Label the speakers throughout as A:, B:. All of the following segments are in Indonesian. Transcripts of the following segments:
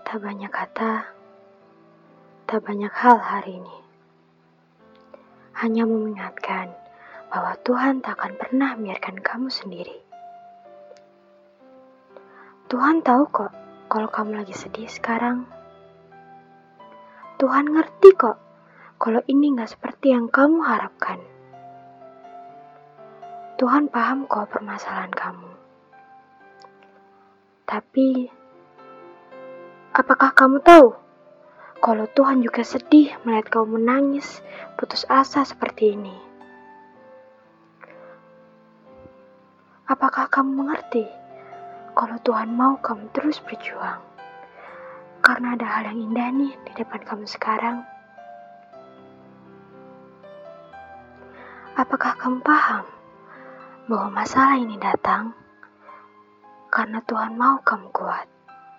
A: Tak banyak kata, tak banyak hal hari ini. Hanya mengingatkan bahwa Tuhan tak akan pernah biarkan kamu sendiri. Tuhan tahu kok kalau kamu lagi sedih sekarang. Tuhan ngerti kok kalau ini gak seperti yang kamu harapkan. Tuhan paham kok permasalahan kamu. Tapi, apakah kamu tahu kalau Tuhan juga sedih melihat kamu menangis, putus asa seperti ini? Apakah kamu mengerti kalau Tuhan mau kamu terus berjuang? Karena ada hal yang indah nih di depan kamu sekarang. Apakah kamu paham bahwa masalah ini datang karena Tuhan mau kamu kuat?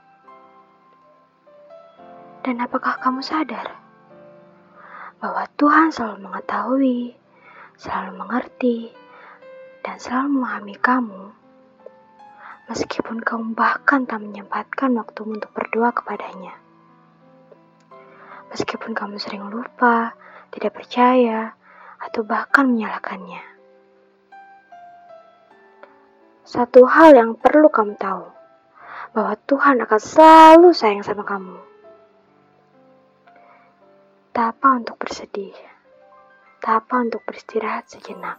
A: Dan apakah kamu sadar bahwa Tuhan selalu mengetahui, selalu mengerti, dan selalu memahami kamu, meskipun kamu bahkan tak menyempatkan waktumu untuk berdoa kepadanya. Meskipun kamu sering lupa, tidak percaya, atau bahkan menyalahkannya. Satu hal yang perlu kamu tahu, bahwa Tuhan akan selalu sayang sama kamu. Tak apa untuk bersedih, tak apa untuk beristirahat sejenak.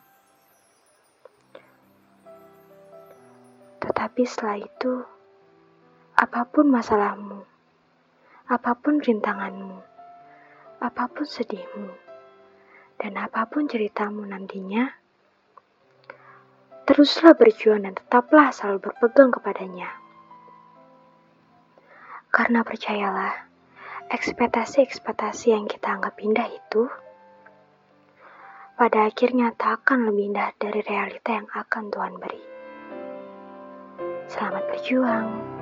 A: Tetapi setelah itu, apapun masalahmu, apapun rintanganmu, apapun sedihmu, dan apapun ceritamu nantinya, teruslah berjuang dan tetaplah selalu berpegang kepadanya. Karena percayalah, ekspektasi-ekspektasi yang kita anggap indah itu, pada akhirnya tak akan lebih indah dari realita yang akan Tuhan beri. Selamat berjuang.